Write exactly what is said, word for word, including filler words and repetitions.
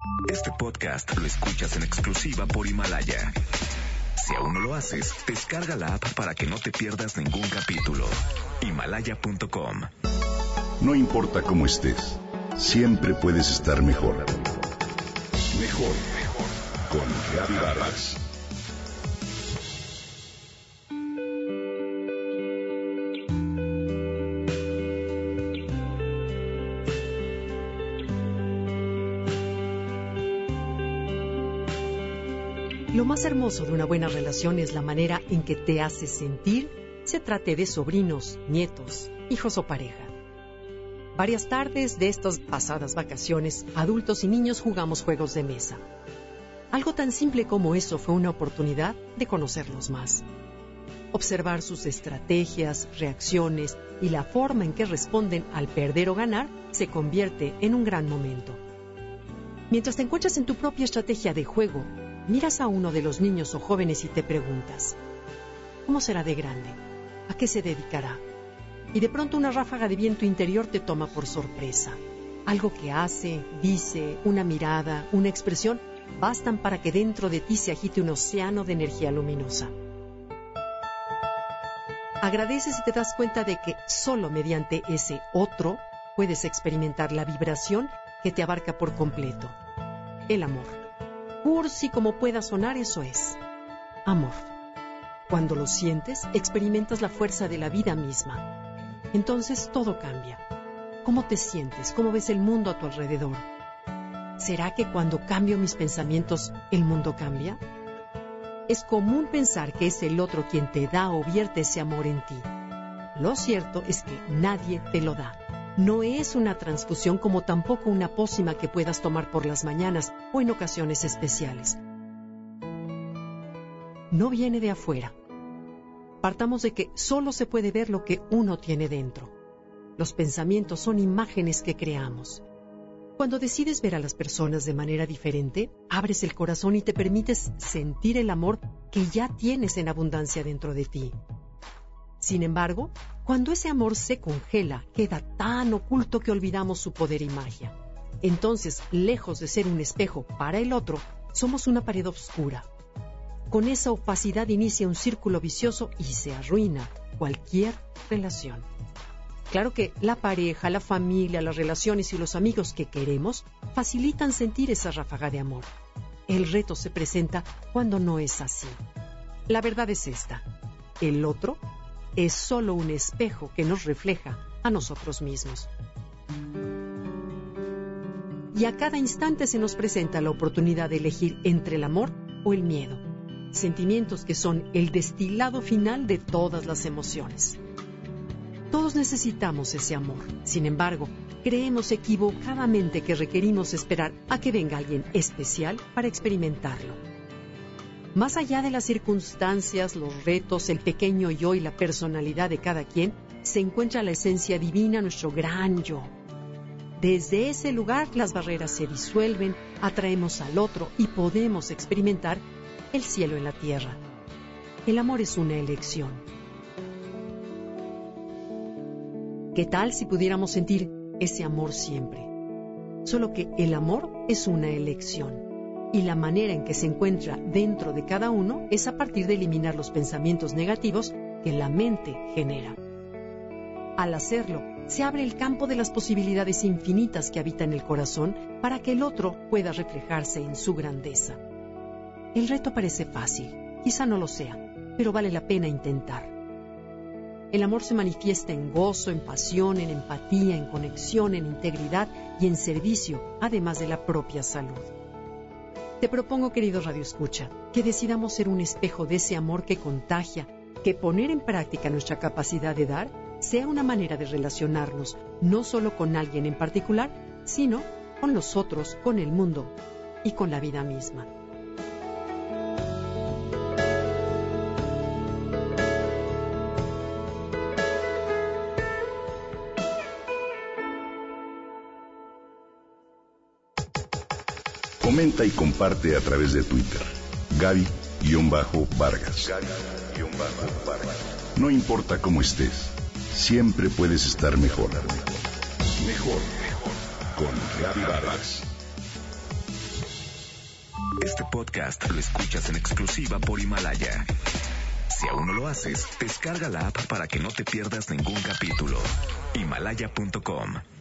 Este podcast lo escuchas en exclusiva por Himalaya. Si aún no lo haces, descarga la app para que no te pierdas ningún capítulo. Himalaya punto com. No importa cómo estés, siempre puedes estar mejor. Mejor, mejor. Con Gaby Vargas. Lo más hermoso de una buena relación es la manera en que te hace sentir, se trate de sobrinos, nietos, hijos o pareja. Varias tardes de estas pasadas vacaciones, adultos y niños jugamos juegos de mesa. Algo tan simple como eso fue una oportunidad de conocerlos más. Observar sus estrategias, reacciones y la forma en que responden al perder o ganar se convierte en un gran momento. Mientras te encuentras en tu propia estrategia de juego, miras a uno de los niños o jóvenes y te preguntas, ¿cómo será de grande? ¿A qué se dedicará? Y de pronto una ráfaga de viento interior te toma por sorpresa. Algo que hace, dice, una mirada, una expresión, bastan para que dentro de ti se agite un océano de energía luminosa. Agradeces y te das cuenta de que solo mediante ese otro puedes experimentar la vibración que te abarca por completo. El amor. Cursi como pueda sonar, eso es amor. Cuando lo sientes, experimentas la fuerza de la vida misma. Entonces todo cambia. ¿Cómo te sientes? ¿Cómo ves el mundo a tu alrededor? ¿Será que cuando cambio mis pensamientos, el mundo cambia? Es común pensar que es el otro quien te da o vierte ese amor en ti. Lo cierto es que nadie te lo da. No es una transfusión como tampoco una pócima que puedas tomar por las mañanas o en ocasiones especiales. No viene de afuera. Partamos de que solo se puede ver lo que uno tiene dentro. Los pensamientos son imágenes que creamos. Cuando decides ver a las personas de manera diferente, abres el corazón y te permites sentir el amor que ya tienes en abundancia dentro de ti. Sin embargo, cuando ese amor se congela, queda tan oculto que olvidamos su poder y magia. Entonces, lejos de ser un espejo para el otro, somos una pared oscura. Con esa opacidad inicia un círculo vicioso y se arruina cualquier relación. Claro que la pareja, la familia, las relaciones y los amigos que queremos facilitan sentir esa ráfaga de amor. El reto se presenta cuando no es así. La verdad es esta: el otro es solo un espejo que nos refleja a nosotros mismos. Y a cada instante se nos presenta la oportunidad de elegir entre el amor o el miedo, sentimientos que son el destilado final de todas las emociones. Todos necesitamos ese amor. Sin embargo, creemos equivocadamente que requerimos esperar a que venga alguien especial para experimentarlo. Más allá de las circunstancias, los retos, el pequeño yo y la personalidad de cada quien, se encuentra la esencia divina, nuestro gran yo. Desde ese lugar las barreras se disuelven, atraemos al otro y podemos experimentar el cielo en la tierra. El amor es una elección. ¿Qué tal si pudiéramos sentir ese amor siempre? Solo que el amor es una elección. Y la manera en que se encuentra dentro de cada uno es a partir de eliminar los pensamientos negativos que la mente genera. Al hacerlo, se abre el campo de las posibilidades infinitas que habitan el corazón para que el otro pueda reflejarse en su grandeza. El reto parece fácil, quizá no lo sea, pero vale la pena intentar. El amor se manifiesta en gozo, en pasión, en empatía, en conexión, en integridad y en servicio, además de la propia salud. Te propongo, querido Radio Escucha, que decidamos ser un espejo de ese amor que contagia, que poner en práctica nuestra capacidad de dar sea una manera de relacionarnos, no solo con alguien en particular, sino con los otros, con el mundo y con la vida misma. Comenta y comparte a través de Twitter. Gaby-Vargas. No importa cómo estés, siempre puedes estar mejor. Mejor, mejor. Con Gaby Vargas. Este podcast lo escuchas en exclusiva por Himalaya. Si aún no lo haces, descarga la app para que no te pierdas ningún capítulo. Himalaya punto com